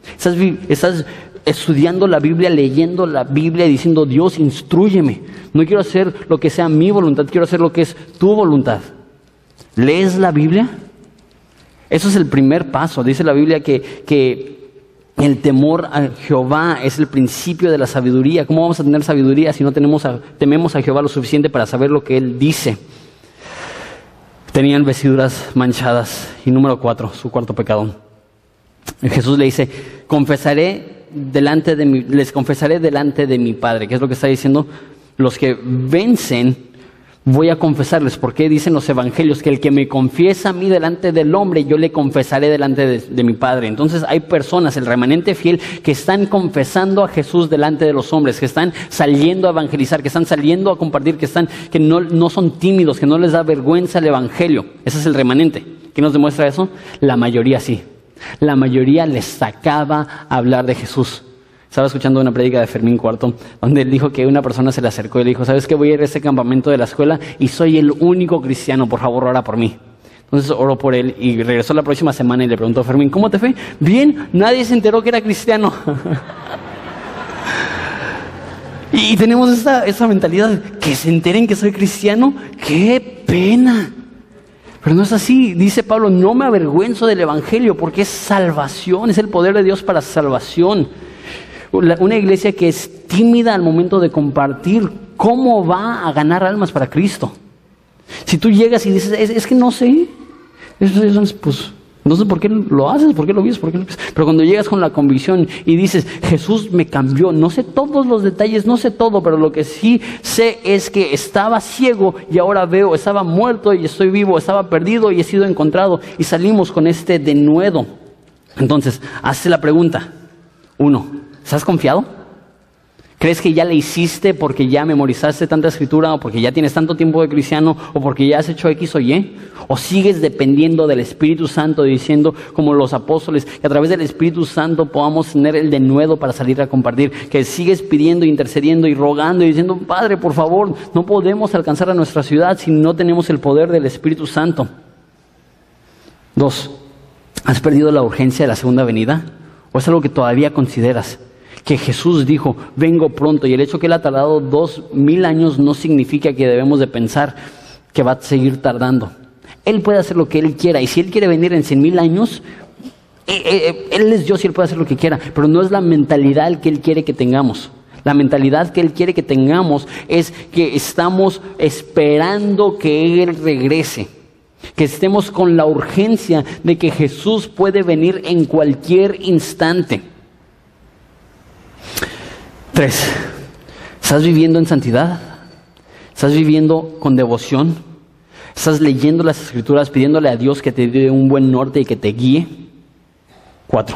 Estás estudiando la Biblia, leyendo la Biblia y diciendo, Dios, instrúyeme. No quiero hacer lo que sea mi voluntad, quiero hacer lo que es tu voluntad. ¿Lees la Biblia? Eso es el primer paso. Dice la Biblia que el temor a Jehová es el principio de la sabiduría. ¿Cómo vamos a tener sabiduría si no tememos a Jehová lo suficiente para saber lo que Él dice? Tenían vestiduras manchadas. Y número 4, su cuarto pecado. Jesús le dice, les confesaré delante de mi Padre. ¿Qué es lo que está diciendo? Los que vencen, voy a confesarles. Porque dicen los evangelios que el que me confiesa a mí delante del hombre, yo le confesaré delante de mi Padre. Entonces hay personas, el remanente fiel, que están confesando a Jesús delante de los hombres, que están saliendo a evangelizar, que están saliendo a compartir, que no son tímidos, que no les da vergüenza el evangelio. Ese es el remanente. ¿Qué nos demuestra eso? La mayoría sí. La mayoría les sacaba a hablar de Jesús. Estaba escuchando una prédica de Fermín Cuarto, donde él dijo que una persona se le acercó y le dijo, ¿sabes qué? Voy a ir a este campamento de la escuela y soy el único cristiano, por favor, ora por mí. Entonces oró por él y regresó la próxima semana y le preguntó a Fermín, ¿cómo te fue? Bien, nadie se enteró que era cristiano. Y tenemos esa mentalidad, que se enteren que soy cristiano, ¡qué pena! Pero no es así. Dice Pablo, no me avergüenzo del evangelio porque es salvación, es el poder de Dios para salvación. Una iglesia que es tímida al momento de compartir, ¿cómo va a ganar almas para Cristo? Si tú llegas y dices, es que no sé, pues no sé por qué lo haces, por qué lo vives, pero cuando llegas con la convicción y dices, Jesús me cambió, no sé todos los detalles, no sé todo, pero lo que sí sé es que estaba ciego y ahora veo, estaba muerto y estoy vivo, estaba perdido y he sido encontrado, y salimos con este denuedo. Entonces, hazte la pregunta. 1, ¿estás confiado? ¿Crees que ya le hiciste porque ya memorizaste tanta escritura, o porque ya tienes tanto tiempo de cristiano, o porque ya has hecho X o Y? ¿O sigues dependiendo del Espíritu Santo, diciendo como los apóstoles, que a través del Espíritu Santo podamos tener el denuedo para salir a compartir? Que sigues pidiendo, intercediendo y rogando y diciendo, Padre, por favor, no podemos alcanzar a nuestra ciudad si no tenemos el poder del Espíritu Santo. 2, ¿has perdido la urgencia de la segunda venida? ¿O es algo que todavía consideras? Que Jesús dijo, vengo pronto, y el hecho que Él ha tardado 2000 años no significa que debemos de pensar que va a seguir tardando. Él puede hacer lo que Él quiera, y si Él quiere venir en 100,000 años, Él es Dios y Él puede hacer lo que quiera, pero no es la mentalidad que Él quiere que tengamos. La mentalidad que Él quiere que tengamos es que estamos esperando que Él regrese, que estemos con la urgencia de que Jesús puede venir en cualquier instante. 3, ¿estás viviendo en santidad? ¿Estás viviendo con devoción? ¿Estás leyendo las Escrituras, pidiéndole a Dios que te dé un buen norte y que te guíe? 4,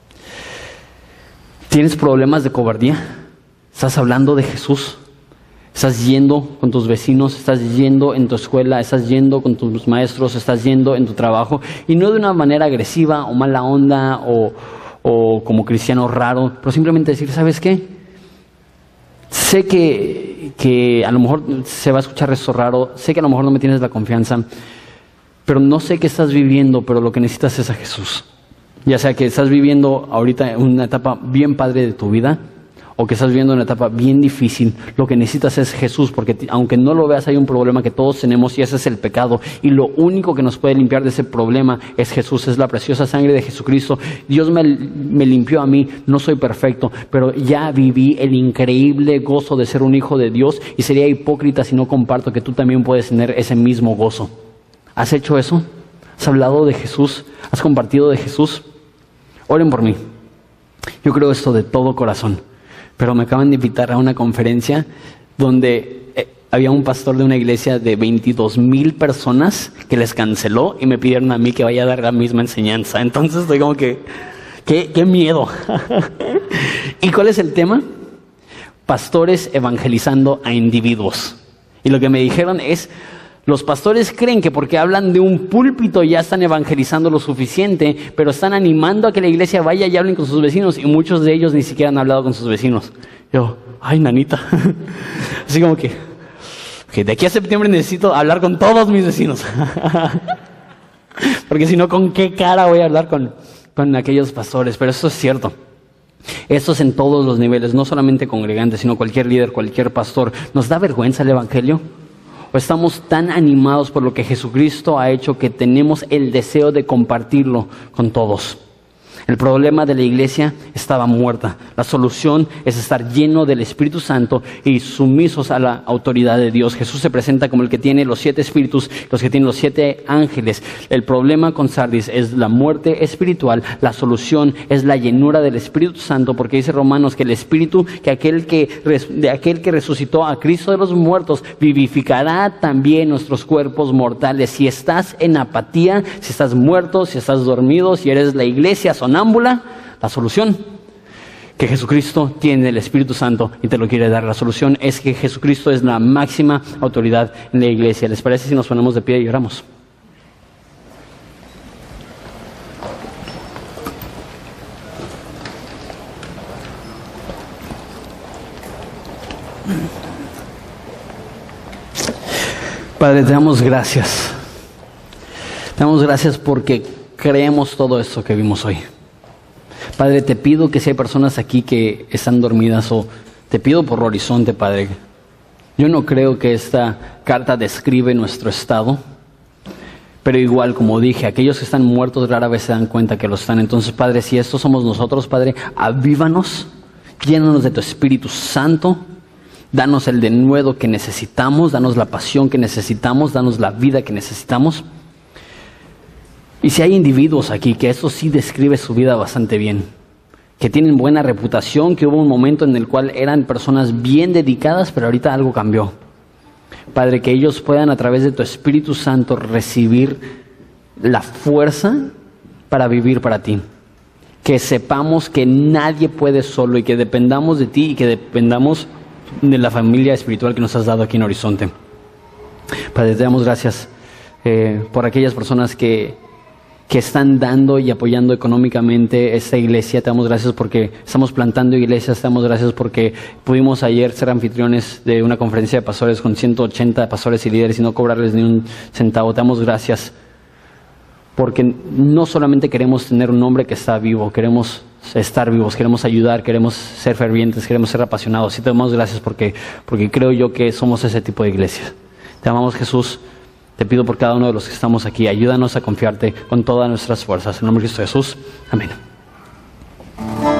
¿tienes problemas de cobardía? ¿Estás hablando de Jesús? ¿Estás yendo con tus vecinos? ¿Estás yendo en tu escuela? ¿Estás yendo con tus maestros? ¿Estás yendo en tu trabajo? Y no de una manera agresiva o mala onda o como cristiano raro, pero simplemente decir, ¿sabes qué? Sé que a lo mejor se va a escuchar esto raro, sé que a lo mejor no me tienes la confianza, pero no sé qué estás viviendo, pero lo que necesitas es a Jesús. Ya sea que estás viviendo ahorita una etapa bien padre de tu vida, o que estás viviendo una etapa bien difícil, lo que necesitas es Jesús, porque aunque no lo veas hay un problema que todos tenemos y ese es el pecado, y lo único que nos puede limpiar de ese problema es Jesús, es la preciosa sangre de Jesucristo. Dios me limpió a mí, no soy perfecto, pero ya viví el increíble gozo de ser un hijo de Dios, y sería hipócrita si no comparto que tú también puedes tener ese mismo gozo. ¿Has hecho eso? ¿Has hablado de Jesús? ¿Has compartido de Jesús? Oren por mí. Yo creo esto de todo corazón. Pero me acaban de invitar a una conferencia donde había un pastor de una iglesia de 22,000 personas que les canceló y me pidieron a mí que vaya a dar la misma enseñanza. Entonces estoy como que, ¡qué miedo! ¿Y cuál es el tema? Pastores evangelizando a individuos. Y lo que me dijeron es, los pastores creen que porque hablan de un púlpito ya están evangelizando lo suficiente, pero están animando a que la iglesia vaya y hablen con sus vecinos, y muchos de ellos ni siquiera han hablado con sus vecinos. Yo, ay, nanita. Así como que de aquí a septiembre necesito hablar con todos mis vecinos. Porque si no, ¿con qué cara voy a hablar con con aquellos pastores, pero esto es cierto. Esto es en todos los niveles, no solamente congregantes, sino cualquier líder, cualquier pastor. ¿Nos da vergüenza el Evangelio? ¿O estamos tan animados por lo que Jesucristo ha hecho que tenemos el deseo de compartirlo con todos? El problema de la iglesia estaba muerta. La solución es estar lleno del Espíritu Santo y sumisos a la autoridad de Dios. Jesús se presenta como el que tiene los 7 espíritus, los que tienen los 7 ángeles. El problema con Sardis es la muerte espiritual. La solución es la llenura del Espíritu Santo, porque dice Romanos que el Espíritu, de aquel que resucitó a Cristo de los muertos, vivificará también nuestros cuerpos mortales. Si estás en apatía, si estás muerto, si estás dormido, si eres la iglesia sonámbula, la solución que Jesucristo tiene el Espíritu Santo y te lo quiere dar. La solución es que Jesucristo es la máxima autoridad en la iglesia. ¿Les parece si nos ponemos de pie y oramos? Padre, te damos gracias. Te damos gracias porque creemos todo esto que vimos hoy. Padre, te pido que si hay personas aquí que están dormidas, o te pido por Horizonte, Padre. Yo no creo que esta carta describe nuestro estado, pero igual, como dije, aquellos que están muertos rara vez se dan cuenta que lo están. Entonces, Padre, si estos somos nosotros, Padre, avívanos, llénanos de tu Espíritu Santo, danos el denuedo que necesitamos, danos la pasión que necesitamos, danos la vida que necesitamos. Y si hay individuos aquí que esto sí describe su vida bastante bien, que tienen buena reputación, que hubo un momento en el cual eran personas bien dedicadas, pero ahorita algo cambió. Padre, que ellos puedan a través de tu Espíritu Santo recibir la fuerza para vivir para ti. Que sepamos que nadie puede solo y que dependamos de ti y que dependamos de la familia espiritual que nos has dado aquí en Horizonte. Padre, te damos gracias por aquellas personas que están dando y apoyando económicamente esta iglesia. Te damos gracias porque estamos plantando iglesias. Te damos gracias porque pudimos ayer ser anfitriones de una conferencia de pastores con 180 pastores y líderes y no cobrarles ni un centavo. Te damos gracias porque no solamente queremos tener un nombre que está vivo, queremos estar vivos, queremos ayudar, queremos ser fervientes, queremos ser apasionados. Y te damos gracias porque creo yo que somos ese tipo de iglesia. Te amamos, Jesús. Te pido por cada uno de los que estamos aquí, ayúdanos a confiarte con todas nuestras fuerzas. En el nombre de Cristo Jesús. Amén.